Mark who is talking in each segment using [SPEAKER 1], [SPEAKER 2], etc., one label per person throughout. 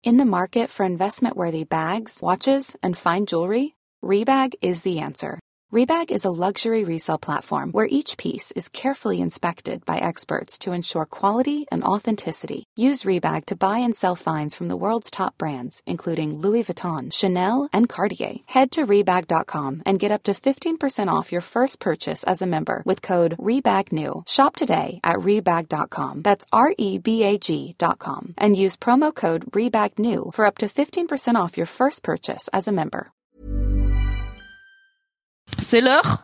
[SPEAKER 1] In the market for investment-worthy bags, watches, and fine jewelry, Rebag is the answer. Rebag is a luxury resale platform where each piece is carefully inspected by experts to ensure quality and authenticity. Use Rebag to buy and sell finds from the world's top brands, including Louis Vuitton, Chanel, and Cartier. Head to Rebag.com and get up to 15% off your first purchase as a member with code REBAGNEW. Shop today at Rebag.com. That's REBAG.com. And use promo code REBAGNEW for up to 15% off your first purchase as a member.
[SPEAKER 2] C'est l'heure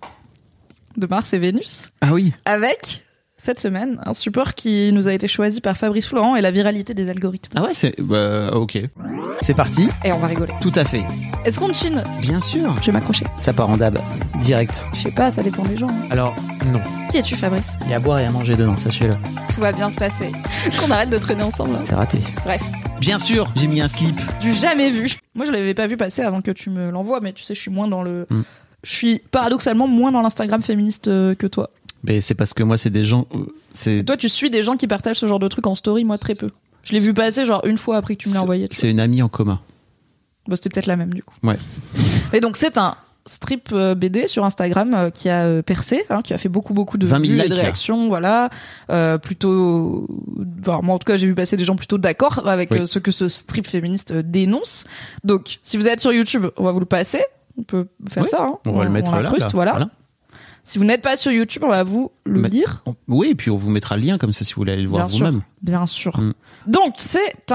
[SPEAKER 2] de Mars et Vénus.
[SPEAKER 3] Ah oui.
[SPEAKER 2] Avec, cette semaine, un support qui nous a été choisi par Fabrice Florent et la viralité des algorithmes.
[SPEAKER 3] Ah ouais, ok. C'est parti.
[SPEAKER 2] Et on va rigoler.
[SPEAKER 3] Tout à fait.
[SPEAKER 2] Est-ce qu'on chine ?
[SPEAKER 3] Bien sûr.
[SPEAKER 2] Je vais m'accrocher.
[SPEAKER 3] Ça part en dab. Direct.
[SPEAKER 2] Je sais pas, ça dépend des gens.
[SPEAKER 3] Alors, non.
[SPEAKER 2] Qui es-tu, Fabrice ?
[SPEAKER 3] Il y a à boire et à manger dedans, sachez-le.
[SPEAKER 2] Tout va bien se passer. Qu'on arrête de traîner ensemble. Hein.
[SPEAKER 3] C'est raté.
[SPEAKER 2] Bref.
[SPEAKER 3] Bien sûr, j'ai mis un slip.
[SPEAKER 2] Du jamais vu. Moi, je l'avais pas vu passer avant que tu me l'envoies, mais tu sais, je suis moins dans le... Je suis paradoxalement moins dans l'Instagram féministe que toi.
[SPEAKER 3] Mais c'est parce que moi, c'est des gens...
[SPEAKER 2] Et toi, tu suis des gens qui partagent ce genre de trucs en story, moi, très peu. Je l'ai vu passer genre une fois après que tu me l'as envoyé.
[SPEAKER 3] C'est une amie en commun.
[SPEAKER 2] Bon, c'était peut-être la même, du coup.
[SPEAKER 3] Ouais.
[SPEAKER 2] Et donc, c'est un strip BD sur Instagram qui a percé, qui a fait beaucoup de
[SPEAKER 3] 20 000
[SPEAKER 2] vues et
[SPEAKER 3] likes,
[SPEAKER 2] de réactions, voilà. Plutôt... Enfin, moi, en tout cas, j'ai vu passer des gens plutôt d'accord avec ce que ce strip féministe dénonce. Donc, si vous êtes sur YouTube, on va vous le passer. On peut faire ça. Hein.
[SPEAKER 3] On va le mettre là.
[SPEAKER 2] Voilà. Si vous n'êtes pas sur YouTube, on va vous le lire.
[SPEAKER 3] Oui, et puis on vous mettra le lien comme ça si vous voulez aller le voir vous-même.
[SPEAKER 2] Bien sûr. Donc, c'est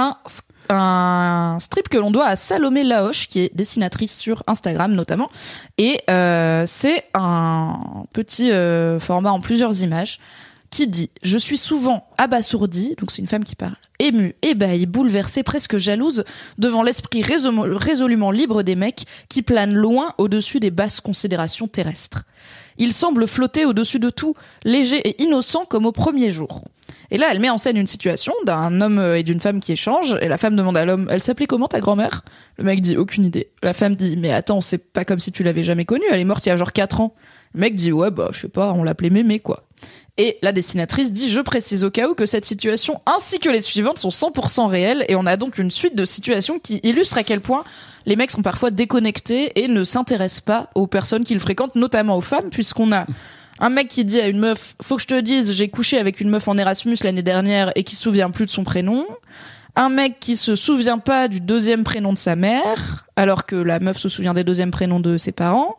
[SPEAKER 2] un strip que l'on doit à Salomé Laoche, qui est dessinatrice sur Instagram notamment. Et c'est un petit format en plusieurs images qui dit « Je suis souvent abasourdie », donc c'est une femme qui parle, émue, ébahie, bouleversée, presque jalouse, devant l'esprit résolument libre des mecs qui planent loin au-dessus des basses considérations terrestres. Il semble flotter au-dessus de tout, léger et innocent comme au premier jour. Et là, elle met en scène une situation d'un homme et d'une femme qui échangent, et la femme demande à l'homme « Elle s'appelait comment ta grand-mère ?» Le mec dit « Aucune idée ». La femme dit « Mais attends, c'est pas comme si tu l'avais jamais connue, elle est morte il y a genre 4 ans. » Le mec dit « Ouais, je sais pas, on l'appelait Mémé, quoi. » Et la dessinatrice dit « Je précise au cas où que cette situation ainsi que les suivantes sont 100% réelles et on a donc une suite de situations qui illustrent à quel point les mecs sont parfois déconnectés et ne s'intéressent pas aux personnes qu'ils fréquentent, notamment aux femmes, puisqu'on a un mec qui dit à une meuf « Faut que je te dise, j'ai couché avec une meuf en Erasmus l'année dernière et qui se souvient plus de son prénom. » Un mec qui se souvient pas du deuxième prénom de sa mère, alors que la meuf se souvient des deuxièmes prénoms de ses parents.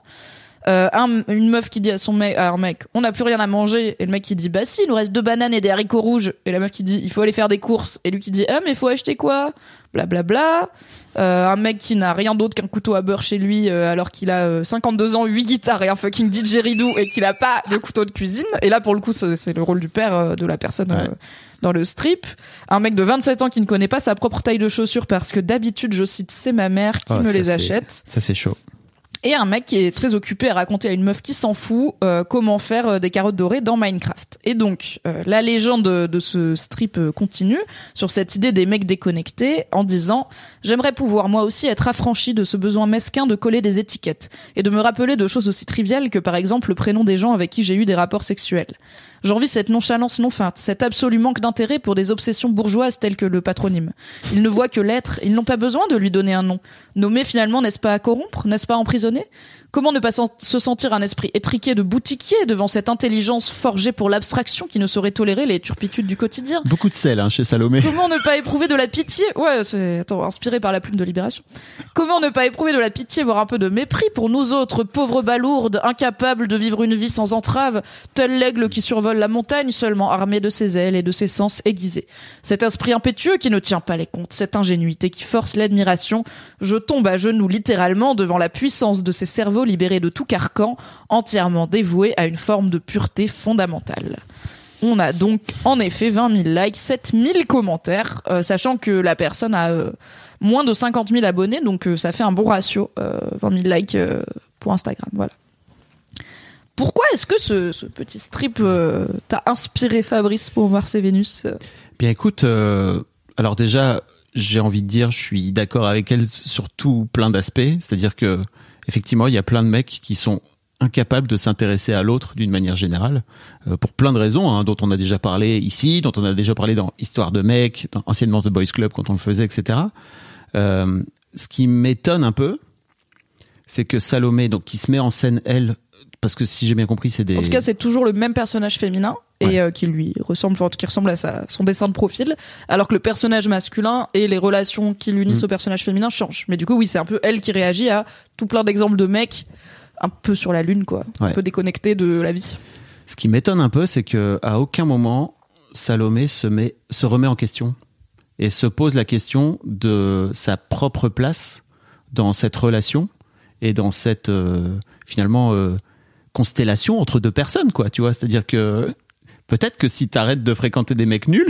[SPEAKER 2] Une meuf qui dit à un mec on n'a plus rien à manger, et le mec qui dit bah si, il nous reste 2 bananes et des haricots rouges, et la meuf qui dit il faut aller faire des courses, et lui qui dit mais faut acheter quoi, blablabla. Un mec qui n'a rien d'autre qu'un couteau à beurre chez lui alors qu'il a 52 ans, 8 guitares et un fucking didgeridoo et qu'il a pas de couteau de cuisine, et là pour le coup c'est le rôle du père de la personne dans le strip. Un mec de 27 ans qui ne connaît pas sa propre taille de chaussures parce que d'habitude, je cite, c'est ma mère qui me les achète.
[SPEAKER 3] Ça c'est chaud.
[SPEAKER 2] Et un mec qui est très occupé à raconter à une meuf qui s'en fout comment faire des carottes dorées dans Minecraft. Et donc, la légende de ce strip continue sur cette idée des mecs déconnectés en disant « J'aimerais pouvoir moi aussi être affranchi de ce besoin mesquin de coller des étiquettes et de me rappeler de choses aussi triviales que par exemple le prénom des gens avec qui j'ai eu des rapports sexuels. J'envie cette nonchalance non feinte, cet absolu manque d'intérêt pour des obsessions bourgeoises telles que le patronyme. Ils ne voient que l'être, ils n'ont pas besoin de lui donner un nom. Nommer finalement, n'est-ce pas à corrompre, n'est-ce pas à emprisonner ? Comment ne pas se sentir un esprit étriqué de boutiquier devant cette intelligence forgée pour l'abstraction qui ne saurait tolérer les turpitudes du quotidien ?
[SPEAKER 3] Beaucoup de sel chez Salomé.
[SPEAKER 2] Comment ne pas éprouver de la pitié ? Ouais, inspiré par la plume de Libération. Comment ne pas éprouver de la pitié, voire un peu de mépris pour nous autres, pauvres balourdes, incapables de vivre une vie sans entrave, tel l'aigle qui survole la montagne, seulement armé de ses ailes et de ses sens aiguisés. Cet esprit impétueux qui ne tient pas les comptes, cette ingénuité qui force l'admiration. Je tombe à genoux littéralement devant la puissance de ces cerveaux libérés de tout carcan, entièrement dévoués à une forme de pureté fondamentale. On a donc en effet 20 000 likes, 7 000 commentaires, sachant que la personne a moins de 50 000 abonnés, donc ça fait un bon ratio, 20 000 likes pour Instagram, voilà. Pourquoi est-ce que ce petit strip t'a inspiré, Fabrice, pour Mars et Vénus ?
[SPEAKER 3] Bien écoute, alors déjà, j'ai envie de dire, je suis d'accord avec elle sur tout plein d'aspects, c'est-à-dire que effectivement, il y a plein de mecs qui sont incapable de s'intéresser à l'autre d'une manière générale, pour plein de raisons, hein, dont on a déjà parlé ici, dont on a déjà parlé dans Histoire de mec, anciennement The Boys Club quand on le faisait, etc. Ce qui m'étonne un peu, c'est que Salomé, donc qui se met en scène elle, parce que si j'ai bien compris, c'est des...
[SPEAKER 2] En tout cas, c'est toujours le même personnage féminin et qui lui ressemble, enfin, qui ressemble à son dessin de profil, alors que le personnage masculin et les relations qui l'unissent au personnage féminin changent. Mais du coup, oui, c'est un peu elle qui réagit à tout plein d'exemples de mecs un peu sur la lune, quoi, un peu déconnectés de la vie.
[SPEAKER 3] Ce qui m'étonne un peu, c'est que à aucun moment Salomé se remet en question et se pose la question de sa propre place dans cette relation et dans cette finalement constellation entre deux personnes, quoi, tu vois, c'est-à-dire que peut-être que si t'arrêtes de fréquenter des mecs nuls,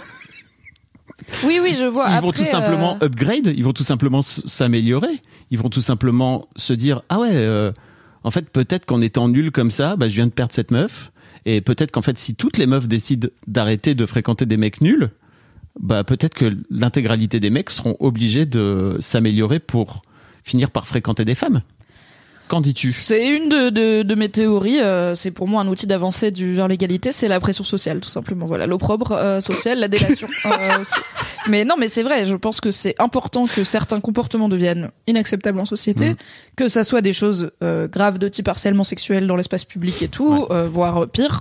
[SPEAKER 2] oui, je vois.
[SPEAKER 3] Ils vont tout simplement upgrade, ils vont tout simplement s'améliorer, ils vont tout simplement se dire ah ouais, en fait peut-être qu'en étant nul comme ça, bah je viens de perdre cette meuf, et peut-être qu'en fait si toutes les meufs décident d'arrêter de fréquenter des mecs nuls, bah peut-être que l'intégralité des mecs seront obligés de s'améliorer pour finir par fréquenter des femmes. Qu'en dis-tu ?
[SPEAKER 2] C'est une de mes théories. C'est pour moi un outil d'avancée vers l'égalité. C'est la pression sociale, tout simplement. Voilà, l'opprobre social, la délation. Mais non, mais c'est vrai. Je pense que c'est important que certains comportements deviennent inacceptables en société, que ça soit des choses graves de type harcèlement sexuel dans l'espace public et tout, voire pire,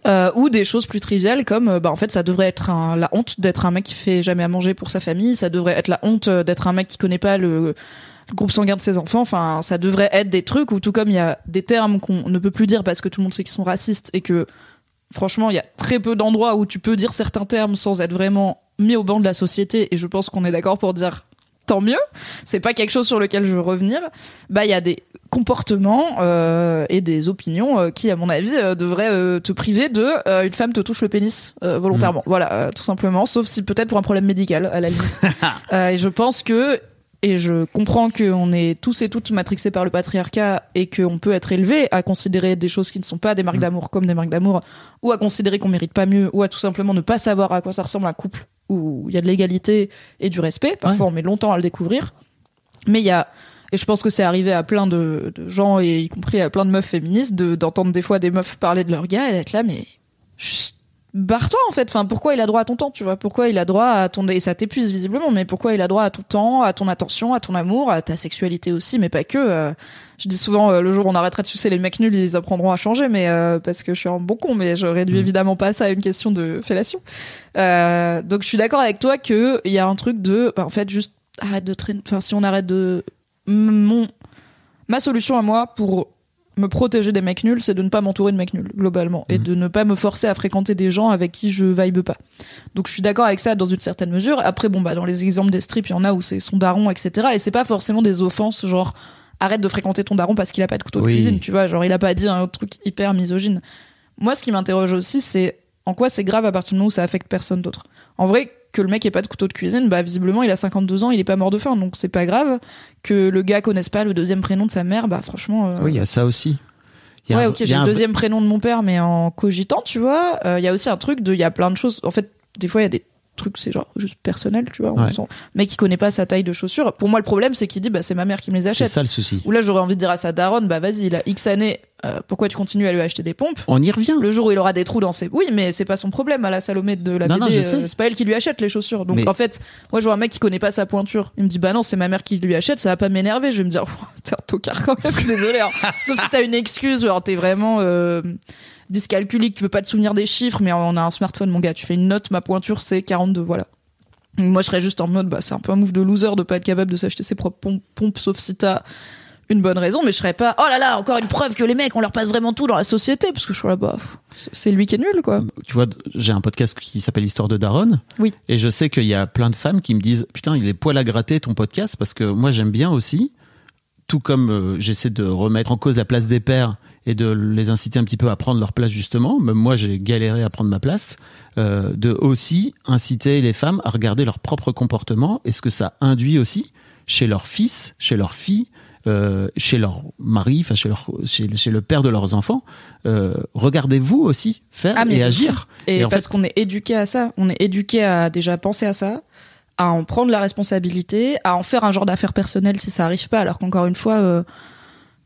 [SPEAKER 2] ou des choses plus triviales comme, en fait, ça devrait être la honte d'être un mec qui fait jamais à manger pour sa famille. Ça devrait être la honte d'être un mec qui connaît pas le groupe sanguin de ses enfants. Enfin, ça devrait être des trucs où, tout comme il y a des termes qu'on ne peut plus dire parce que tout le monde sait qu'ils sont racistes et que franchement il y a très peu d'endroits où tu peux dire certains termes sans être vraiment mis au banc de la société, et je pense qu'on est d'accord pour dire tant mieux, c'est pas quelque chose sur lequel je veux revenir. Bah il y a des comportements et des opinions qui à mon avis devraient te priver de une femme te touche le pénis volontairement. Voilà, tout simplement, sauf si peut-être pour un problème médical à la limite. Et je pense que, et je comprends qu'on est tous et toutes matrixés par le patriarcat et qu'on peut être élevé à considérer des choses qui ne sont pas des marques d'amour comme des marques d'amour, ou à considérer qu'on mérite pas mieux, ou à tout simplement ne pas savoir à quoi ça ressemble un couple où il y a de l'égalité et du respect. Parfois on met longtemps à le découvrir. Mais il y a, et je pense que c'est arrivé à plein de gens, et y compris à plein de meufs féministes, d'entendre des fois des meufs parler de leur gars et d'être là, mais juste barre-toi en fait. Enfin, pourquoi il a droit à ton temps, tu vois? Pourquoi il a droit à ton, et ça t'épuise visiblement, mais pourquoi il a droit à tout temps, à ton attention, à ton amour, à ta sexualité aussi, mais pas que. Je dis souvent, le jour où on arrêtera de sucer les mecs nuls, ils apprendront à changer, mais parce que je suis un bon con, mais je réduis évidemment pas ça à une question de fellation. Donc je suis d'accord avec toi que il y a un truc de, en fait, juste arrête de traîner. Enfin, si on arrête de, ma solution à moi pour me protéger des mecs nuls, c'est de ne pas m'entourer de mecs nuls, globalement, et de ne pas me forcer à fréquenter des gens avec qui je vibe pas. Donc je suis d'accord avec ça dans une certaine mesure. Après, dans les exemples des strips, il y en a où c'est son daron, etc. Et c'est pas forcément des offenses, genre arrête de fréquenter ton daron parce qu'il a pas de couteau de cuisine, tu vois, genre il a pas dit un truc hyper misogyne. Moi, ce qui m'interroge aussi, c'est en quoi c'est grave à partir du moment où ça affecte personne d'autre. En vrai, que le mec ait pas de couteau de cuisine, visiblement il a 52 ans, il est pas mort de faim, donc c'est pas grave. Que le gars connaisse pas le deuxième prénom de sa mère, franchement. Oui,
[SPEAKER 3] il y a ça aussi.
[SPEAKER 2] J'ai le deuxième prénom de mon père, mais en cogitant, tu vois. Il y a aussi un truc il y a plein de choses. En fait, des fois il y a des trucs, c'est genre juste personnel, tu vois. Mec qui connaît pas sa taille de chaussures. Pour moi, le problème, c'est qu'il dit, c'est ma mère qui me les achète.
[SPEAKER 3] C'est ça le souci.
[SPEAKER 2] Ou là, j'aurais envie de dire à sa daronne, vas-y, il a X années, pourquoi tu continues à lui acheter des pompes?
[SPEAKER 3] On y revient.
[SPEAKER 2] Le jour où il aura des trous dans ses... Oui, mais c'est pas son problème à la Salomé de la BD.
[SPEAKER 3] Non, je sais.
[SPEAKER 2] C'est pas elle qui lui achète les chaussures. Donc en fait, moi, je vois un mec qui connaît pas sa pointure. Il me dit, non, c'est ma mère qui lui achète, ça va pas m'énerver. Je vais me dire, t'es un tocard quand même, désolé. Hein. Sauf si t'as une excuse, genre t'es vraiment dyscalculique, tu peux pas te souvenir des chiffres, mais on a un smartphone, mon gars. Tu fais une note, ma pointure, c'est 42, voilà. Moi, je serais juste en mode, c'est un peu un move de loser de pas être capable de s'acheter ses propres pompes, sauf si t'as une bonne raison, mais je serais pas, oh là là, encore une preuve que les mecs, on leur passe vraiment tout dans la société, parce que je suis là, c'est lui qui est nul, quoi.
[SPEAKER 3] Tu vois, j'ai un podcast qui s'appelle Histoire de Daronne.
[SPEAKER 2] Oui.
[SPEAKER 3] Et je sais qu'il y a plein de femmes qui me disent, putain, il est poil à gratter ton podcast, parce que moi, j'aime bien aussi, tout comme j'essaie de remettre en cause la place des pères et de les inciter un petit peu à prendre leur place, justement. Même moi, j'ai galéré à prendre ma place. De aussi inciter les femmes à regarder leur propre comportement et ce que ça induit aussi chez leurs fils, chez leurs filles, chez leur mari, enfin chez le père de leurs enfants. Regardez-vous aussi faire et agir.
[SPEAKER 2] Et parce qu'on est éduqué à ça, on est éduqué à déjà penser à ça, à en prendre la responsabilité, à en faire un genre d'affaire personnelle si ça arrive pas, alors qu'encore une fois,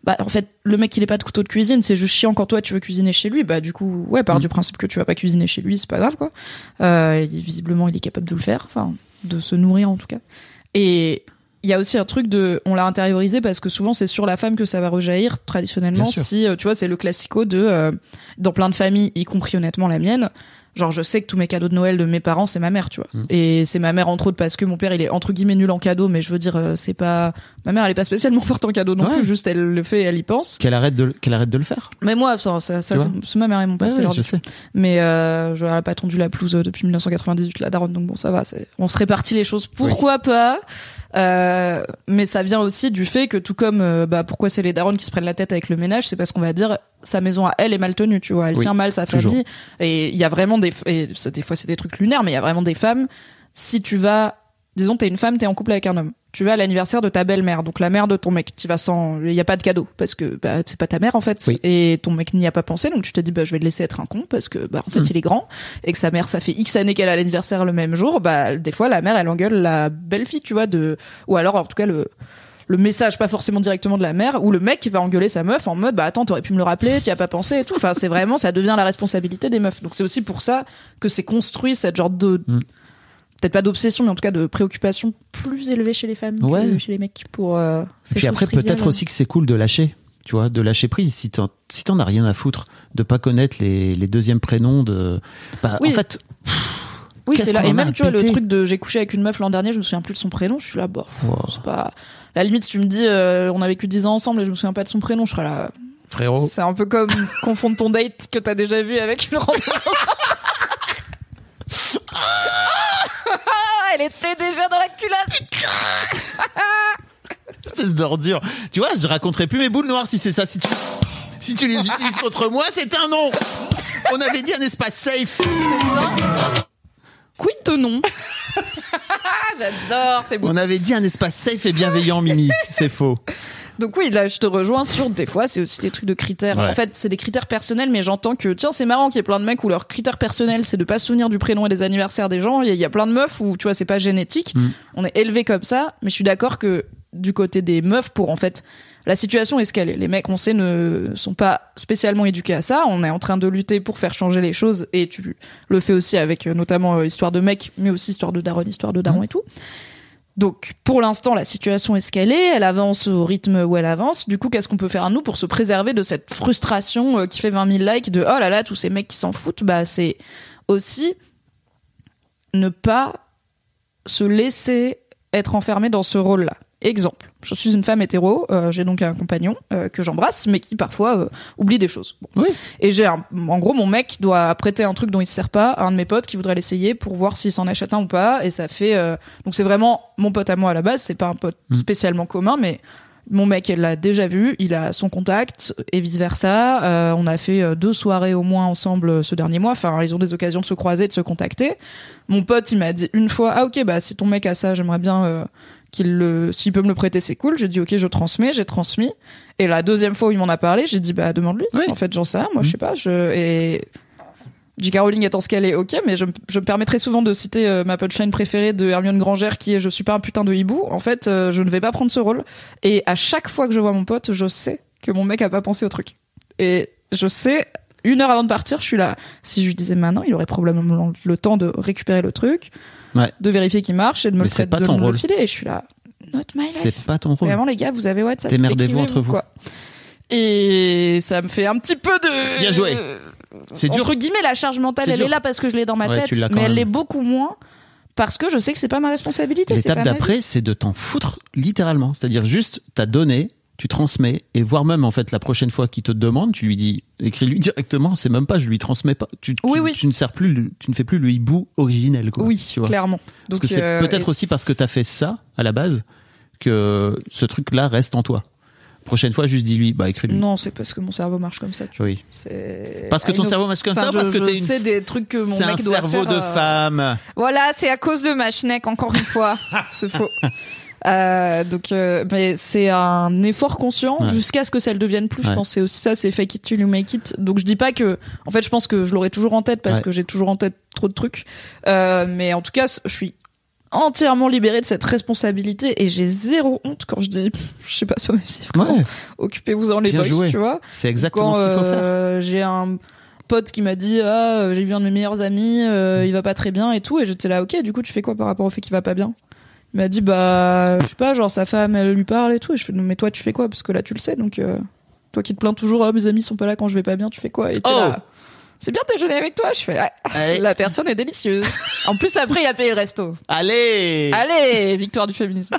[SPEAKER 2] bah en fait le mec il est pas de couteau de cuisine, c'est juste chiant quand toi tu veux cuisiner chez lui, bah du coup ouais, part du principe que tu vas pas cuisiner chez lui, c'est pas grave quoi. Visiblement il est capable de le faire, enfin de se nourrir en tout cas. Et il y a aussi un truc on l'a intériorisé parce que souvent c'est sur la femme que ça va rejaillir traditionnellement. Si tu vois, c'est le classico dans plein de familles, y compris honnêtement la mienne. Genre, je sais que tous mes cadeaux de Noël de mes parents, c'est ma mère, tu vois. Et c'est ma mère, entre autres, parce que mon père, il est entre guillemets nul en cadeaux, mais je veux dire, c'est pas, ma mère, elle est pas spécialement forte en cadeaux non plus, juste elle le fait et elle y pense.
[SPEAKER 3] Qu'elle arrête de le faire.
[SPEAKER 2] Mais moi, ça c'est ma mère et mon père, c'est leur
[SPEAKER 3] je sais.
[SPEAKER 2] Mais, je n'ai pas tondu la pelouse depuis 1998, la daronne, donc bon, ça va, on se répartit les choses. Pourquoi pas? Mais ça vient aussi du fait que tout comme pourquoi c'est les darons qui se prennent la tête avec le ménage, c'est parce qu'on va dire sa maison à elle est mal tenue, tu vois, elle tient mal sa famille. Et il y a vraiment des fois c'est des trucs lunaires, mais il y a vraiment des femmes, si tu vas, disons t'es une femme, t'es en couple avec un homme, tu vas à l'anniversaire de ta belle-mère, donc la mère de ton mec, tu vas sans, il y a pas de cadeau parce que c'est pas ta mère en fait, et ton mec n'y a pas pensé, donc tu te dis je vais le laisser être un con parce que en fait il est grand et que sa mère ça fait X années qu'elle a l'anniversaire le même jour, des fois la mère elle engueule la belle-fille, tu vois, ou alors en tout cas le message pas forcément directement de la mère, ou le mec qui va engueuler sa meuf en mode attends, t'aurais pu me le rappeler, t'y as pas pensé et tout. Enfin c'est vraiment, ça devient la responsabilité des meufs, donc c'est aussi pour ça que c'est construit cette genre de peut-être pas d'obsession, mais en tout cas de préoccupation plus élevée chez les femmes que chez les mecs pour ces
[SPEAKER 3] puis après
[SPEAKER 2] triviales.
[SPEAKER 3] Peut-être aussi que c'est cool de lâcher, tu vois, de lâcher prise si t'en as rien à foutre de pas connaître les deuxièmes prénoms en fait
[SPEAKER 2] c'est là. Et même tu vois le truc de j'ai couché avec une meuf l'an dernier, je me souviens plus de son prénom, je suis là c'est pas, à la limite si tu me dis on a vécu 10 ans ensemble et je me souviens pas de son prénom, je serais là
[SPEAKER 3] frérot,
[SPEAKER 2] c'est un peu comme confondre ton date que t'as déjà vu avec une rencontre. Elle était déjà dans la culotte.
[SPEAKER 3] Espèce d'ordure. Tu vois, je raconterai plus mes boules noires si c'est ça. Si tu les utilises contre moi, c'est un non. On avait dit un espace safe.
[SPEAKER 2] Quid de non. J'adore, c'est beau.
[SPEAKER 3] On avait dit un espace safe et bienveillant, Mimi. C'est faux.
[SPEAKER 2] Donc oui, là, je te rejoins sur des fois, c'est aussi des trucs de critères. En fait, c'est des critères personnels, mais j'entends que, tiens, c'est marrant qu'il y ait plein de mecs où leur critère personnel, c'est de pas se souvenir du prénom et des anniversaires des gens. Il y a plein de meufs où, tu vois, c'est pas génétique. On est élevé comme ça, mais je suis d'accord que du côté des meufs, pour en fait, la situation est ce qu'elle est. Les mecs, on sait, ne sont pas spécialement éduqués à ça. On est en train de lutter pour faire changer les choses, et tu le fais aussi avec notamment histoire de mecs, mais aussi histoire de daron et tout. Donc, pour l'instant, la situation est ce qu'elle est. Elle avance au rythme où elle avance. Du coup, qu'est-ce qu'on peut faire à nous pour se préserver de cette frustration qui fait 20 000 likes de oh là là, tous ces mecs qui s'en foutent? C'est aussi ne pas se laisser être enfermé dans ce rôle-là. Exemple, je suis une femme hétéro, j'ai donc un compagnon que j'embrasse, mais qui parfois oublie des choses. Bon. Et en gros, mon mec doit prêter un truc dont il se sert pas à un de mes potes qui voudrait l'essayer pour voir s'il s'en achète un ou pas. Et ça fait donc c'est vraiment mon pote à moi à la base, c'est pas un pote spécialement commun, mais mon mec, elle l'a déjà vu, il a son contact et vice versa. On a fait 2 soirées au moins ensemble ce dernier mois. Enfin, ils ont des occasions de se croiser, de se contacter. Mon pote, il m'a dit une fois, ah ok, si ton mec a ça, j'aimerais bien s'il peut me le prêter, c'est cool. J'ai dit ok, je transmets, j'ai transmis. Et la deuxième fois où il m'en a parlé, j'ai dit demande-lui. En fait, j'en sais rien, moi je sais pas. Et J.K. Rowling étant ce qu'elle est, ok, mais je me permets très souvent de citer ma punchline préférée de Hermione Granger qui est je suis pas un putain de hibou. En fait, je ne vais pas prendre ce rôle. Et à chaque fois que je vois mon pote, je sais que mon mec a pas pensé au truc. Et je sais, 1 heure avant de partir, je suis là. Si je lui disais maintenant, il aurait probablement le temps de récupérer le truc, de vérifier qu'il marche et de me le filer. Et je suis là, not my life.
[SPEAKER 3] C'est pas ton rôle.
[SPEAKER 2] Vraiment, les gars, vous avez WhatsApp.
[SPEAKER 3] Démerdez-vous entre vous.
[SPEAKER 2] Quoi. Et ça me fait un petit peu de...
[SPEAKER 3] Bien joué. C'est dur.
[SPEAKER 2] Entre guillemets, la charge mentale, elle est là parce que je l'ai dans ma tête, mais elle l'est beaucoup moins parce que je sais que c'est pas ma responsabilité.
[SPEAKER 3] L'étape d'après, c'est de t'en foutre littéralement. C'est-à-dire juste, t'as donné, tu transmets, et voire même en fait la prochaine fois qu'il te demande, tu lui dis, écris-lui directement. C'est même pas, je lui transmets pas. Tu ne sers plus, tu ne fais plus le hibou originel. Quoi,
[SPEAKER 2] oui,
[SPEAKER 3] tu vois.
[SPEAKER 2] clairement.
[SPEAKER 3] Parce que c'est peut-être aussi parce que t'as fait ça à la base que ce truc-là reste en toi. Prochaine fois, juste dis-lui, écris-lui.
[SPEAKER 2] Non, c'est parce que mon cerveau marche comme ça.
[SPEAKER 3] Oui. Parce que ton cerveau marche comme ça, parce que t'es une...
[SPEAKER 2] C'est des trucs que mon mec doit faire.
[SPEAKER 3] C'est un cerveau de femme.
[SPEAKER 2] Voilà, c'est à cause de ma schneck, encore une fois. C'est faux. Mais c'est un effort conscient jusqu'à ce que ça le devienne plus. Je pense que c'est aussi ça, c'est fake it till you make it. Donc je dis pas que, en fait, je pense que je l'aurai toujours en tête parce que j'ai toujours en tête trop de trucs. Mais en tout cas, je suis entièrement libérée de cette responsabilité et j'ai zéro honte quand je dis je sais pas ce même occupez-vous-en les boys, tu vois.
[SPEAKER 3] C'est exactement ce qu'il faut faire.
[SPEAKER 2] J'ai un pote qui m'a dit j'ai vu un de mes meilleurs amis, il va pas très bien et tout, et j'étais là ok, du coup tu fais quoi par rapport au fait qu'il va pas bien? Il m'a dit je sais pas, genre sa femme elle lui parle et tout, et je fais non mais toi tu fais quoi, parce que là tu le sais, donc toi qui te plains toujours mes amis sont pas là quand je vais pas bien, tu fais quoi? Et t'es là, c'est bien de déjeuner avec toi. Je fais la personne est délicieuse. En plus après il a payé le resto. Allez, victoire du féminisme.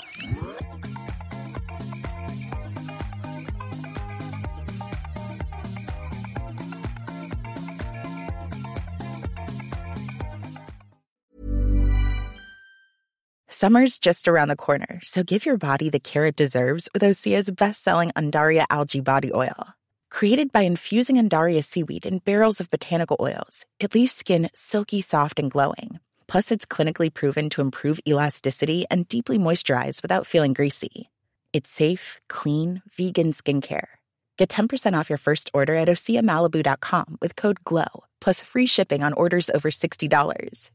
[SPEAKER 4] Summer's just around the corner, so give your body the care it deserves with Osea's best-selling Undaria Algae Body Oil. Created by infusing Undaria seaweed in barrels of botanical oils, it leaves skin silky soft and glowing. Plus, it's clinically proven to improve elasticity and deeply moisturize without feeling greasy. It's safe, clean, vegan skincare. Get 10% off your first order at OseaMalibu.com with code GLOW, plus free shipping on orders over $60.